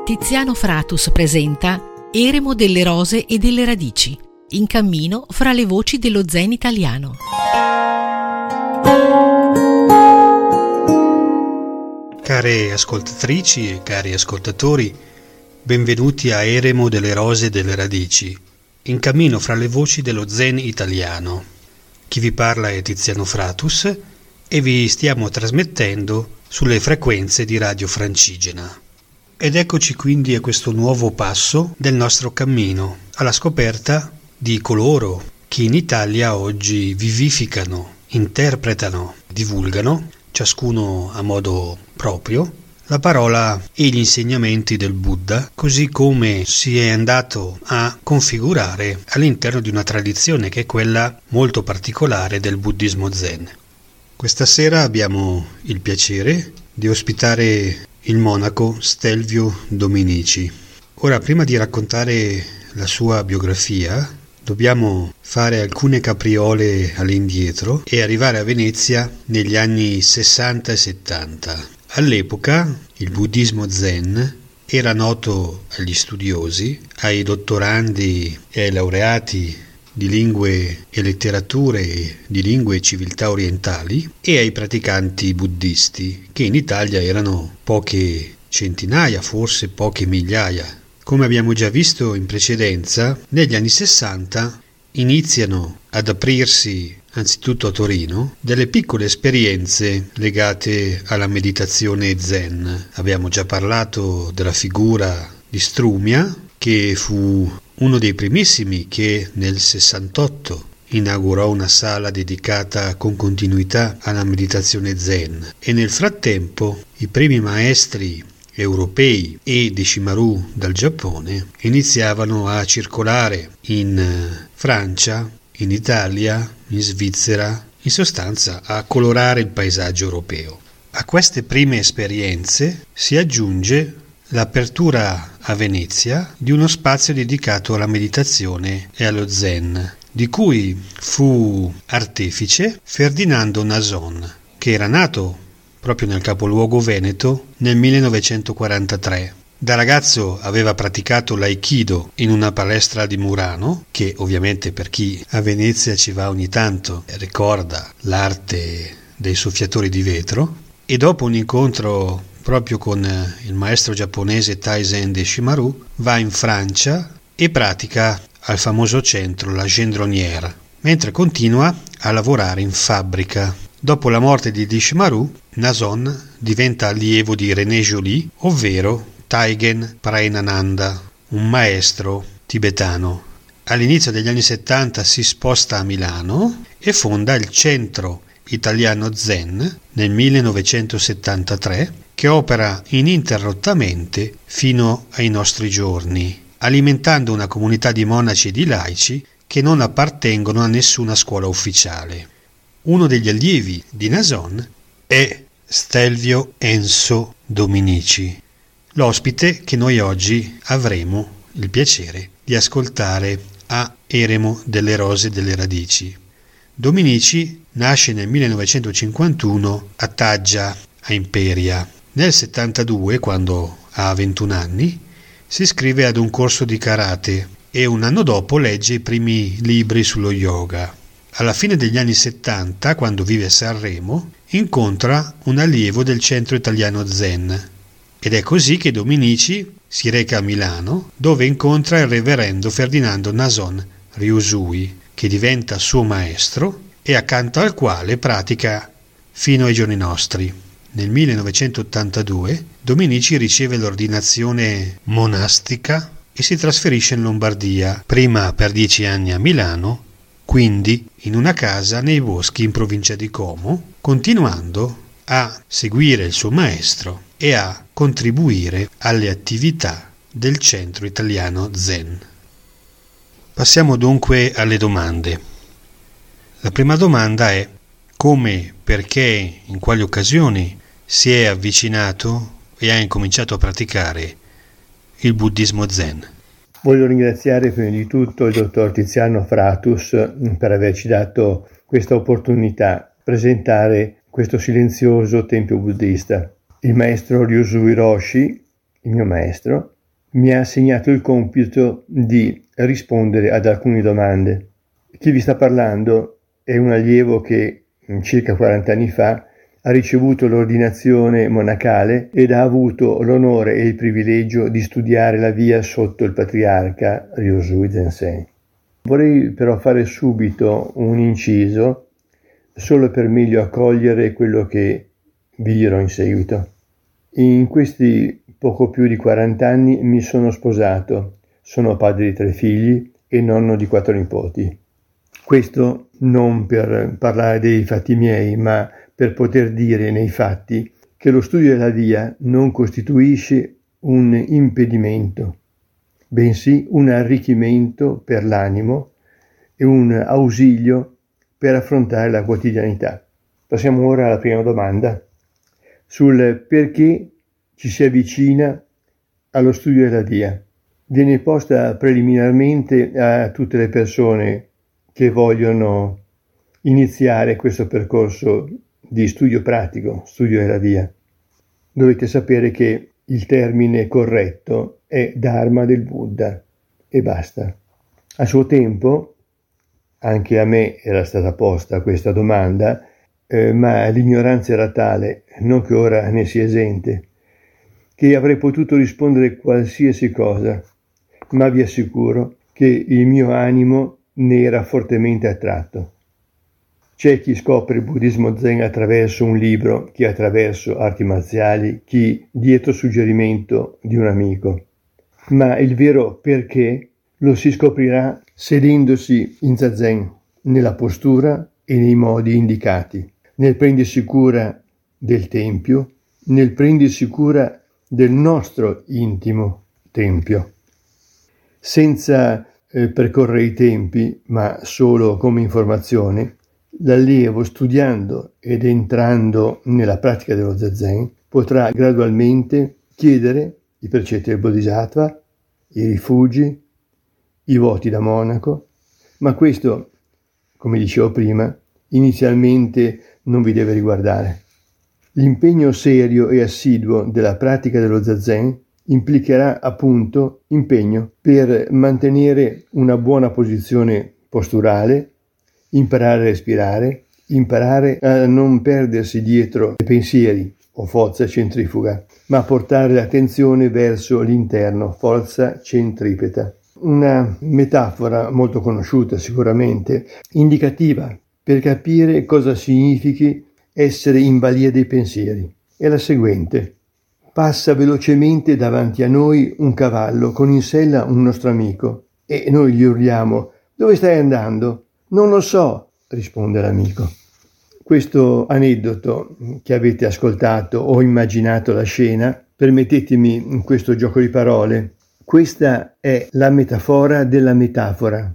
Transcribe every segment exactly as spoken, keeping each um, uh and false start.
Tiziano Fratus presenta Eremo delle rose e delle radici, in cammino fra le voci dello zen italiano. Care ascoltatrici e cari ascoltatori, benvenuti a Eremo delle rose e delle radici, in cammino fra le voci dello zen italiano. Chi vi parla è Tiziano Fratus e vi stiamo trasmettendo sulle frequenze di Radio Francigena. Ed eccoci quindi a questo nuovo passo del nostro cammino, alla scoperta di coloro che in Italia oggi vivificano, interpretano, divulgano, ciascuno a modo proprio, la parola e gli insegnamenti del Buddha, così come si è andato a configurare all'interno di una tradizione che è quella molto particolare del buddismo zen. Questa sera abbiamo il piacere di ospitare il monaco Stelvio Dominici. Ora, prima di raccontare la sua biografia, dobbiamo fare alcune capriole all'indietro e arrivare a Venezia negli anni sessanta e settanta. All'epoca il buddismo zen era noto agli studiosi, ai dottorandi e ai laureati di lingue e letterature di lingue e civiltà orientali e ai praticanti buddisti, che in Italia erano poche centinaia, forse poche migliaia. Come abbiamo già visto in precedenza, negli anni sessanta iniziano ad aprirsi, anzitutto a Torino, delle piccole esperienze legate alla meditazione zen. Abbiamo già parlato della figura di Strumia, che fu uno dei primissimi che nel sessantotto inaugurò una sala dedicata con continuità alla meditazione zen, e nel frattempo i primi maestri europei e Deshimaru dal Giappone iniziavano a circolare in Francia, in Italia, in Svizzera, in sostanza a colorare il paesaggio europeo. A queste prime esperienze si aggiunge l'apertura a Venezia di uno spazio dedicato alla meditazione e allo zen, di cui fu artefice Ferdinando Nason, che era nato proprio nel capoluogo veneto nel millenovecentoquarantatré. Da ragazzo aveva praticato l'aikido in una palestra di Murano, che ovviamente per chi a Venezia ci va ogni tanto ricorda l'arte dei soffiatori di vetro, e dopo un incontro proprio con il maestro giapponese Taizen Deshimaru va in Francia e pratica al famoso centro la Gendronnière, mentre continua a lavorare in fabbrica. Dopo la morte di Deshimaru, Nason diventa allievo di René Joly, ovvero Taigen Prainananda, un maestro tibetano. All'inizio degli anni settanta si sposta a Milano e fonda il Centro Italiano Zen nel millenovecentosettantatré, che opera ininterrottamente fino ai nostri giorni, alimentando una comunità di monaci e di laici che non appartengono a nessuna scuola ufficiale. Uno degli allievi di Nason è Stelvio Enzo Dominici, l'ospite che noi oggi avremo il piacere di ascoltare a Eremo delle rose e delle radici. Dominici nasce nel millenovecentocinquantuno a Taggia, a Imperia. Nel settantadue, quando ha ventuno anni, si iscrive ad un corso di karate e un anno dopo legge i primi libri sullo yoga. Alla fine degli anni settanta, quando vive a Sanremo, incontra un allievo del Centro Italiano Zen, ed è così che Dominici si reca a Milano, dove incontra il reverendo Ferdinando Nason Ryusui, che diventa suo maestro e accanto al quale pratica fino ai giorni nostri. Nel millenovecentottantadue Dominici riceve l'ordinazione monastica e si trasferisce in Lombardia, prima per dieci anni a Milano, quindi in una casa nei boschi in provincia di Como, continuando a seguire il suo maestro e a contribuire alle attività del Centro Italiano Zen. Passiamo dunque alle domande. La prima domanda è: come, perché, in quali occasioni si è avvicinato e ha incominciato a praticare il buddismo zen? Voglio ringraziare prima di tutto il dottor Tiziano Fratus per averci dato questa opportunità di presentare questo silenzioso tempio buddista. Il maestro Ryusui Roshi, il mio maestro, mi ha assegnato il compito di rispondere ad alcune domande. Chi vi sta parlando è un allievo che circa quaranta anni fa ha ricevuto l'ordinazione monacale ed ha avuto l'onore e il privilegio di studiare la via sotto il patriarca Ryūzui Zensei. Vorrei però fare subito un inciso solo per meglio accogliere quello che vi dirò in seguito. In questi poco più di quaranta anni mi sono sposato, sono padre di tre figli e nonno di quattro nipoti. Questo non per parlare dei fatti miei, ma per poter dire nei fatti che lo studio della via non costituisce un impedimento, bensì un arricchimento per l'animo e un ausilio per affrontare la quotidianità. Passiamo ora alla prima domanda, sul perché ci si avvicina allo studio della via. Viene posta preliminarmente a tutte le persone che vogliono iniziare questo percorso di studio pratico, studio della via. Dovete sapere che il termine corretto è Dharma del Buddha e basta. A suo tempo, anche a me era stata posta questa domanda, eh, ma l'ignoranza era tale, non che ora ne sia esente, che avrei potuto rispondere qualsiasi cosa, ma vi assicuro che il mio animo ne era fortemente attratto. C'è chi scopre il buddismo zen attraverso un libro, chi attraverso arti marziali, chi dietro suggerimento di un amico. Ma il vero perché lo si scoprirà sedendosi in zazen, nella postura e nei modi indicati, nel prendersi cura del tempio, nel prendersi cura del nostro intimo tempio. Senza eh, percorrere i tempi, ma solo come informazione, l'allievo studiando ed entrando nella pratica dello zazen potrà gradualmente chiedere i precetti del Bodhisattva, i rifugi, i voti da monaco, ma questo, come dicevo prima, inizialmente non vi deve riguardare. L'impegno serio e assiduo della pratica dello zazen implicherà appunto impegno per mantenere una buona posizione posturale, imparare a respirare, imparare a non perdersi dietro i pensieri o forza centrifuga, ma portare l'attenzione verso l'interno, forza centripeta. Una metafora molto conosciuta sicuramente, indicativa per capire cosa significhi essere in balia dei pensieri. È la seguente. Passa velocemente davanti a noi un cavallo con in sella un nostro amico e noi gli urliamo: «Dove stai andando?» «Non lo so», risponde l'amico. Questo aneddoto che avete ascoltato o immaginato la scena, permettetemi questo gioco di parole, questa è la metafora della metafora,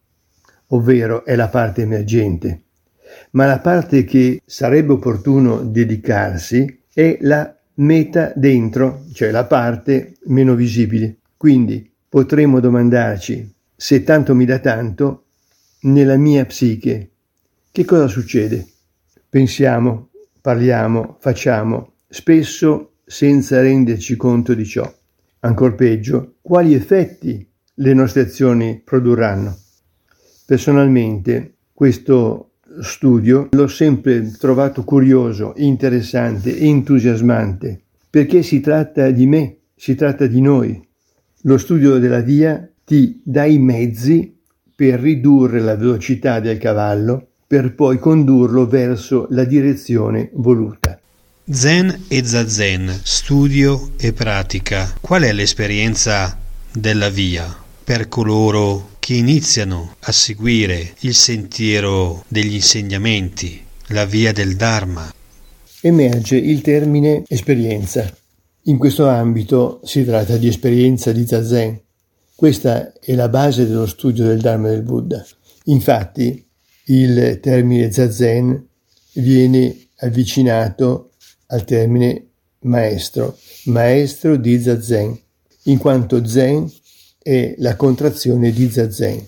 ovvero è la parte emergente, ma la parte che sarebbe opportuno dedicarsi è la meta dentro, cioè la parte meno visibile. Quindi potremmo domandarci: se tanto mi dà tanto, nella mia psiche che cosa succede? Pensiamo, parliamo, facciamo, spesso senza renderci conto di ciò. Ancor peggio, quali effetti le nostre azioni produrranno? Personalmente questo studio l'ho sempre trovato curioso, interessante e entusiasmante, perché si tratta di me, si tratta di noi. Lo studio della via ti dà i mezzi per ridurre la velocità del cavallo, per poi condurlo verso la direzione voluta. Zen e Zazen, studio e pratica. Qual è l'esperienza della via per coloro che iniziano a seguire il sentiero degli insegnamenti, la via del Dharma? Emerge il termine esperienza. In questo ambito si tratta di esperienza di Zazen. Questa è la base dello studio del Dharma del Buddha. Infatti, il termine Zazen viene avvicinato al termine maestro, maestro di Zazen, in quanto Zen è la contrazione di Zazen.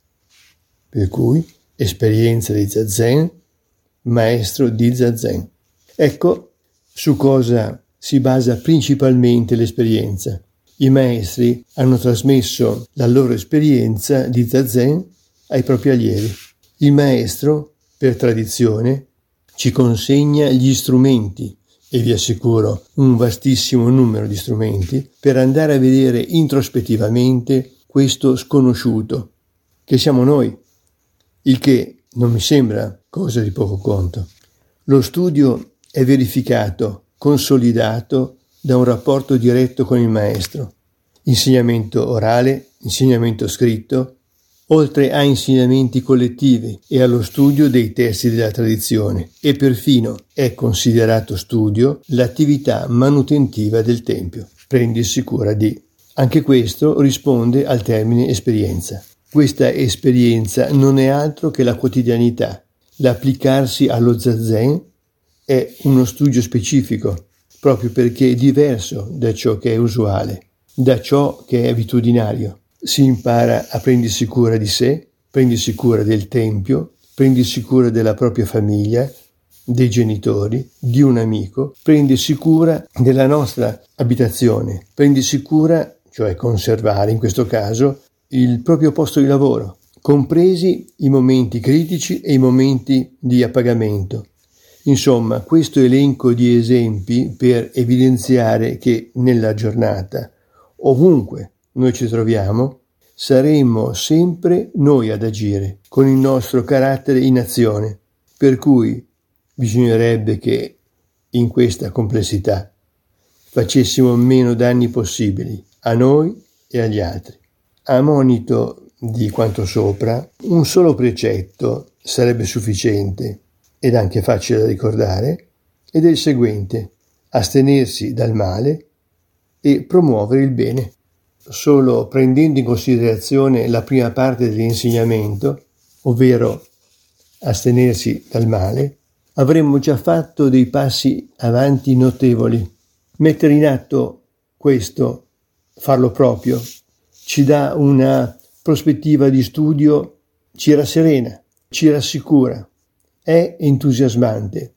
Per cui, esperienza di Zazen, maestro di Zazen. Ecco su cosa si basa principalmente l'esperienza. I maestri hanno trasmesso la loro esperienza di zazen ai propri allievi. Il maestro, per tradizione, ci consegna gli strumenti, e vi assicuro un vastissimo numero di strumenti, per andare a vedere introspettivamente questo sconosciuto, che siamo noi, il che non mi sembra cosa di poco conto. Lo studio è verificato, consolidato da un rapporto diretto con il maestro, insegnamento orale, insegnamento scritto, oltre a insegnamenti collettivi e allo studio dei testi della tradizione, e perfino è considerato studio l'attività manutentiva del tempio. Prendersi cura di. Anche questo risponde al termine esperienza. Questa esperienza non è altro che la quotidianità. L'applicarsi allo zazen è uno studio specifico, proprio perché è diverso da ciò che è usuale, da ciò che è abitudinario. Si impara a prendersi cura di sé, prendersi cura del tempio, prendersi cura della propria famiglia, dei genitori, di un amico, prendersi cura della nostra abitazione, prendersi cura, cioè conservare in questo caso, il proprio posto di lavoro, compresi i momenti critici e i momenti di appagamento. Insomma, questo elenco di esempi per evidenziare che nella giornata, ovunque noi ci troviamo, saremmo sempre noi ad agire con il nostro carattere in azione, per cui bisognerebbe che in questa complessità facessimo meno danni possibili a noi e agli altri. A monito di quanto sopra, un solo precetto sarebbe sufficiente ed anche facile da ricordare, ed è il seguente: astenersi dal male e promuovere il bene. Solo prendendo in considerazione la prima parte dell'insegnamento, ovvero astenersi dal male, avremmo già fatto dei passi avanti notevoli. Mettere in atto questo, farlo proprio, ci dà una prospettiva di studio, ci rasserena, ci rassicura, è entusiasmante.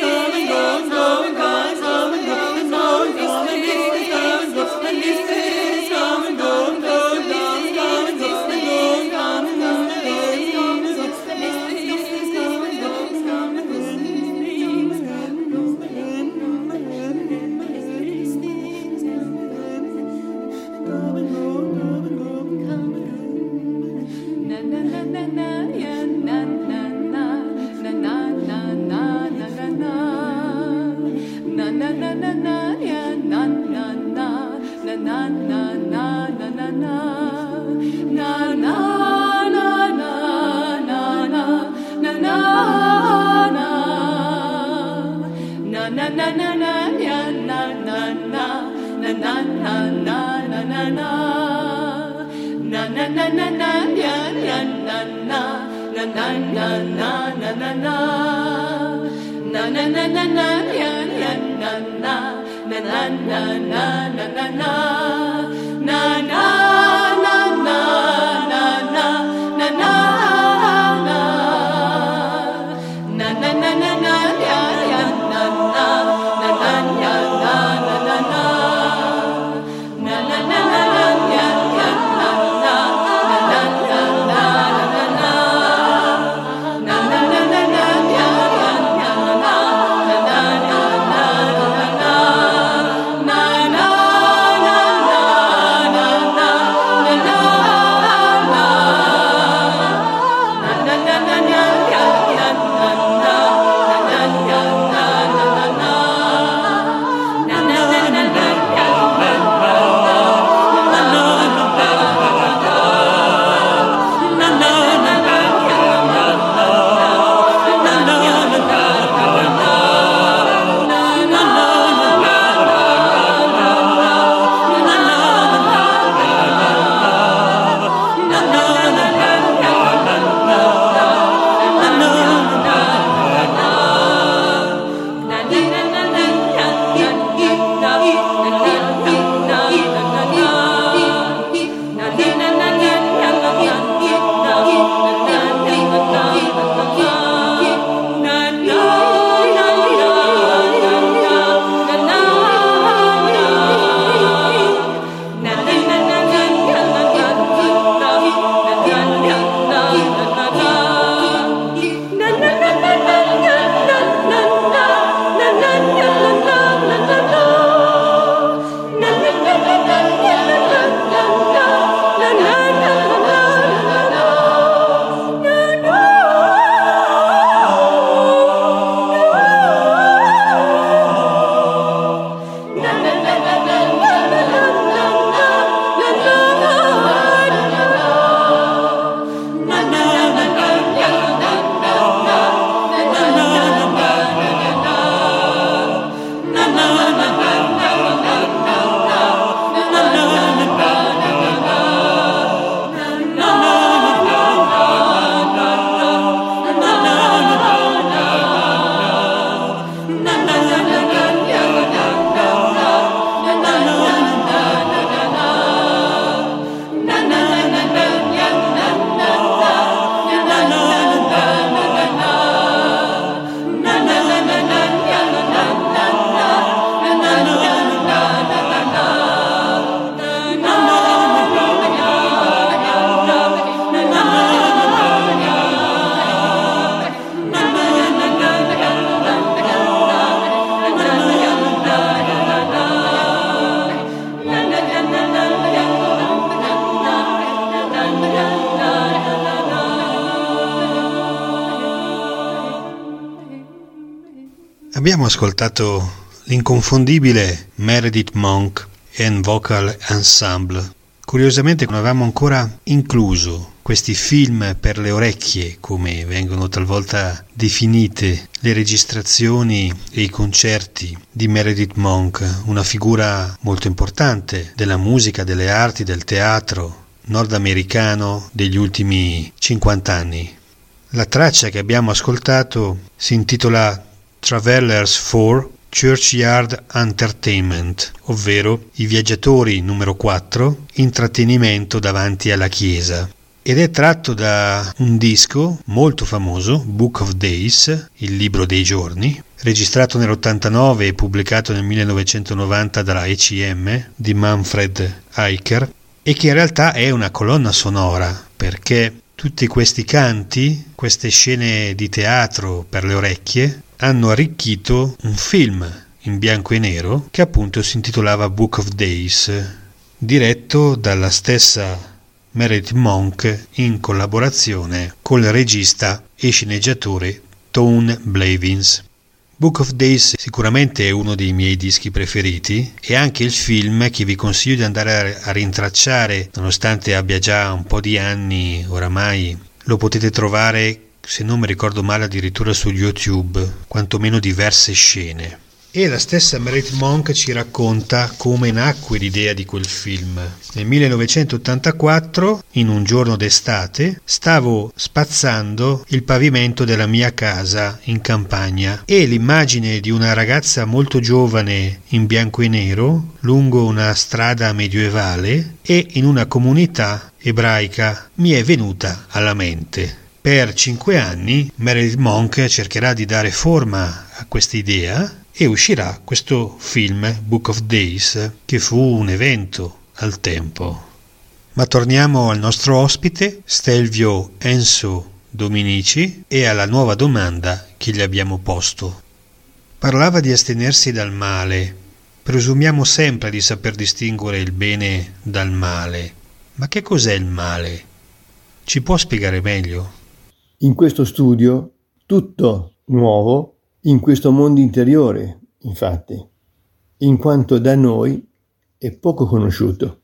This is Abbiamo ascoltato l'inconfondibile Meredith Monk and Vocal Ensemble. Curiosamente non avevamo ancora incluso questi film per le orecchie, come vengono talvolta definite le registrazioni e i concerti di Meredith Monk, una figura molto importante della musica, delle arti, del teatro nordamericano degli ultimi cinquanta anni. La traccia che abbiamo ascoltato si intitola Travelers for Churchyard Entertainment, ovvero I viaggiatori numero quattro, intrattenimento davanti alla chiesa, ed è tratto da un disco molto famoso, Book of Days, il libro dei giorni, registrato nell'ottantanove e pubblicato nel millenovecentonovanta dalla E C M di Manfred Eicher, e che in realtà è una colonna sonora, perché tutti questi canti, queste scene di teatro per le orecchie, hanno arricchito un film in bianco e nero che appunto si intitolava Book of Days, diretto dalla stessa Meredith Monk in collaborazione con il regista e sceneggiatore Tone Blevins. Book of Days sicuramente è uno dei miei dischi preferiti e anche il film che vi consiglio di andare a rintracciare, nonostante abbia già un po' di anni oramai. Lo potete trovare, se non mi ricordo male, addirittura su YouTube, quantomeno diverse scene. E la stessa Meredith Monk ci racconta come nacque l'idea di quel film. Nel millenovecentottantaquattro, in un giorno d'estate, stavo spazzando il pavimento della mia casa in campagna e l'immagine di una ragazza molto giovane in bianco e nero lungo una strada medioevale e in una comunità ebraica mi è venuta alla mente. Per cinque anni Meredith Monk cercherà di dare forma a questa idea e uscirà questo film, Book of Days, che fu un evento al tempo. Ma torniamo al nostro ospite, Stelvio Enzo Dominici, e alla nuova domanda che gli abbiamo posto. Parlava di astenersi dal male. Presumiamo sempre di saper distinguere il bene dal male. Ma che cos'è il male? Ci può spiegare meglio? In questo studio, tutto nuovo, in questo mondo interiore, infatti, in quanto da noi è poco conosciuto.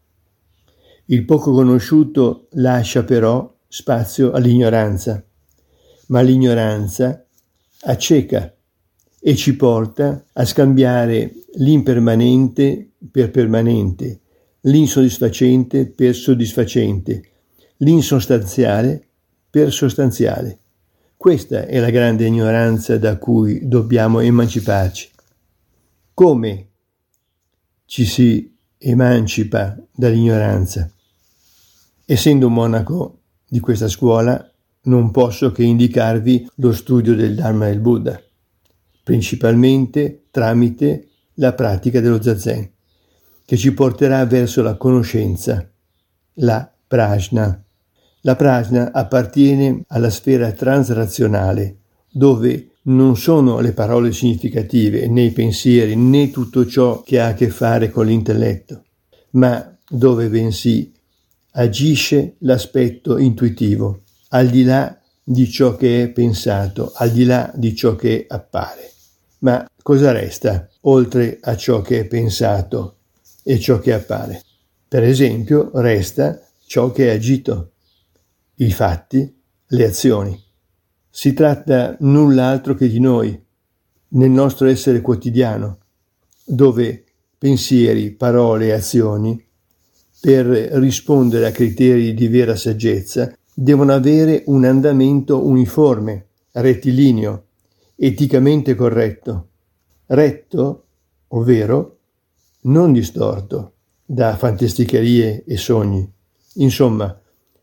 Il poco conosciuto lascia però spazio all'ignoranza, ma l'ignoranza acceca e ci porta a scambiare l'impermanente per permanente, l'insoddisfacente per soddisfacente, l'insostanziale per sostanziale. Questa è la grande ignoranza da cui dobbiamo emanciparci. Come ci si emancipa dall'ignoranza? Essendo un monaco di questa scuola, non posso che indicarvi lo studio del Dharma del Buddha, principalmente tramite la pratica dello Zazen, che ci porterà verso la conoscenza, la prajna. La prajna appartiene alla sfera transrazionale, dove non sono le parole significative, né i pensieri, né tutto ciò che ha a che fare con l'intelletto, ma dove bensì agisce l'aspetto intuitivo, al di là di ciò che è pensato, al di là di ciò che appare. Ma cosa resta oltre a ciò che è pensato e ciò che appare? Per esempio, resta ciò che è agito, i fatti, le azioni. Si tratta null'altro che di noi, nel nostro essere quotidiano, dove pensieri, parole e azioni, per rispondere a criteri di vera saggezza, devono avere un andamento uniforme, rettilineo, eticamente corretto, retto, ovvero non distorto da fantasticherie e sogni, insomma,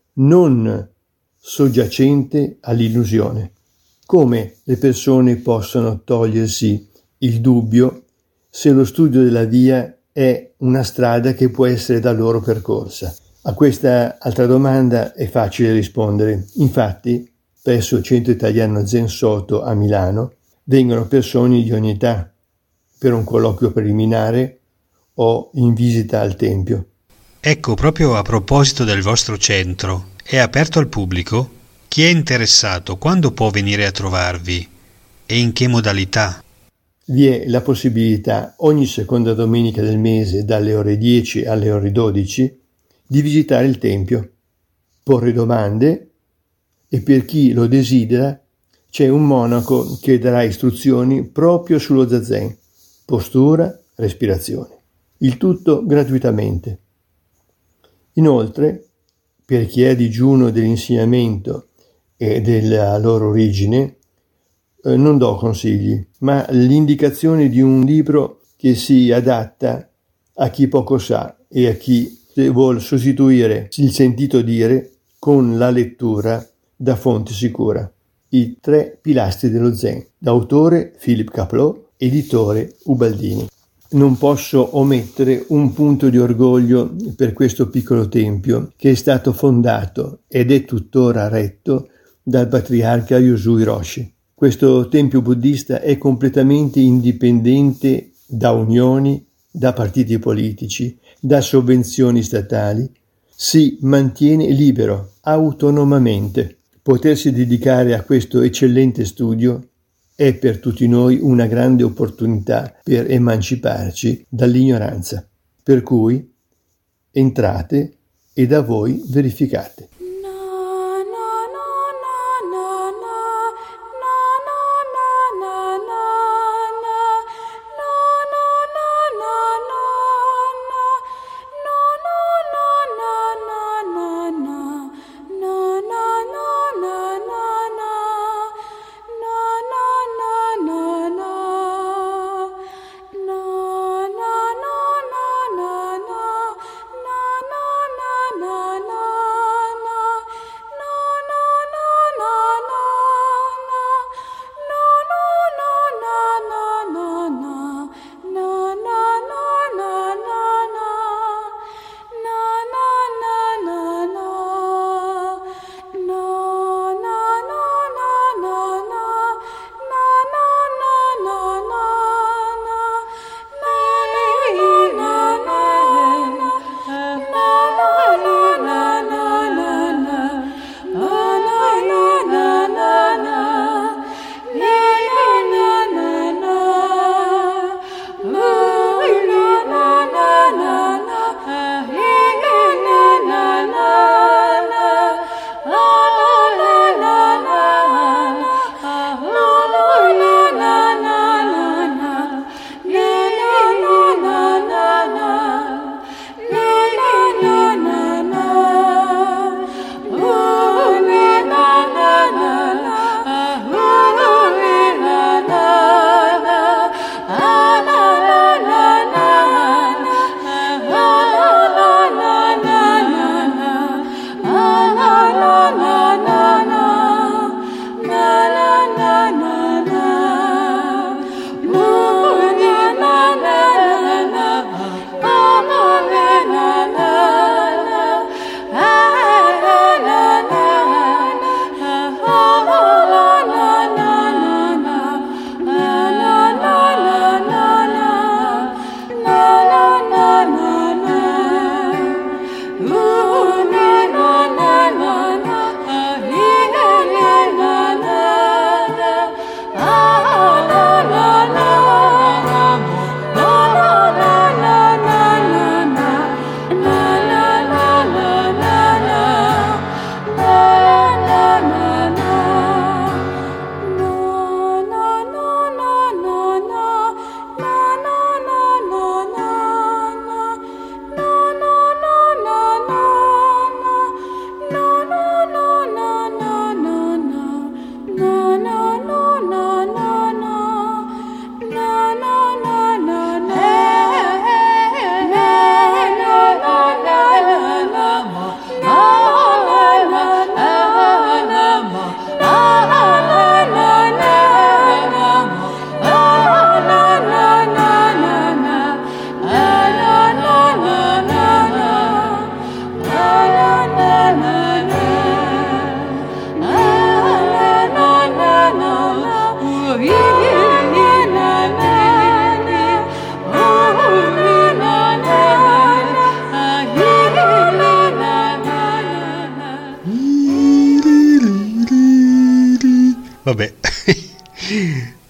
non soggiacente all'illusione. Come le persone possono togliersi il dubbio se lo studio della via è una strada che può essere da loro percorsa? A questa altra domanda è facile rispondere. Infatti, presso il Centro Italiano Zen Soto a Milano vengono persone di ogni età per un colloquio preliminare o in visita al Tempio. Ecco, proprio a proposito del vostro centro, è aperto al pubblico? Chi è interessato, quando può venire a trovarvi? E in che modalità? Vi è la possibilità, ogni seconda domenica del mese, dalle ore dieci alle ore dodici, di visitare il Tempio, porre domande e per chi lo desidera c'è un monaco che darà istruzioni proprio sullo Zazen, postura, respirazione. Il tutto gratuitamente. Inoltre, per chi è a digiuno dell'insegnamento e della loro origine, eh, non do consigli, ma l'indicazione di un libro che si adatta a chi poco sa e a chi vuol sostituire il sentito dire con la lettura da fonte sicura. I tre pilastri dello Zen, d'autore Philip Kapleau, editore Ubaldini. Non posso omettere un punto di orgoglio per questo piccolo tempio che è stato fondato ed è tuttora retto dal patriarca Yosui Roshi. Questo tempio buddista è completamente indipendente da unioni, da partiti politici, da sovvenzioni statali. Si mantiene libero, autonomamente. Potersi dedicare a questo eccellente studio è per tutti noi una grande opportunità per emanciparci dall'ignoranza. Per cui entrate e da voi verificate.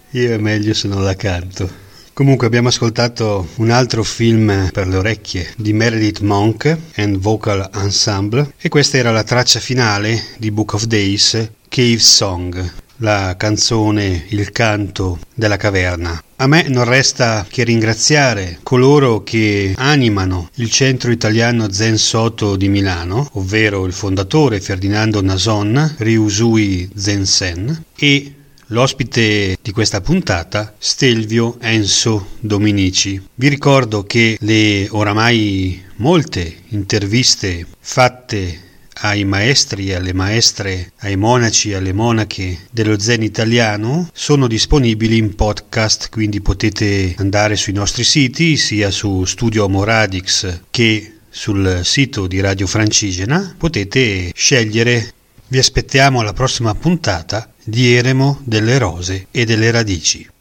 Io è meglio se non la canto. Comunque abbiamo ascoltato un altro film per le orecchie di Meredith Monk and Vocal Ensemble e questa era la traccia finale di Book of Days, Cave Song, la canzone, il canto della caverna. A me non resta che ringraziare coloro che animano il centro italiano Zen Soto di Milano, ovvero il fondatore Ferdinando Nason, Ryusui Zen-sen, e l'ospite di questa puntata, Stelvio Enzo Dominici. Vi ricordo che le oramai molte interviste fatte ai maestri e alle maestre, ai monaci e alle monache dello Zen italiano sono disponibili in podcast, quindi potete andare sui nostri siti, sia su Studio Amoradix che sul sito di Radio Francigena. Potete scegliere. Vi aspettiamo alla prossima puntata di Eremo delle Rose e delle Radici.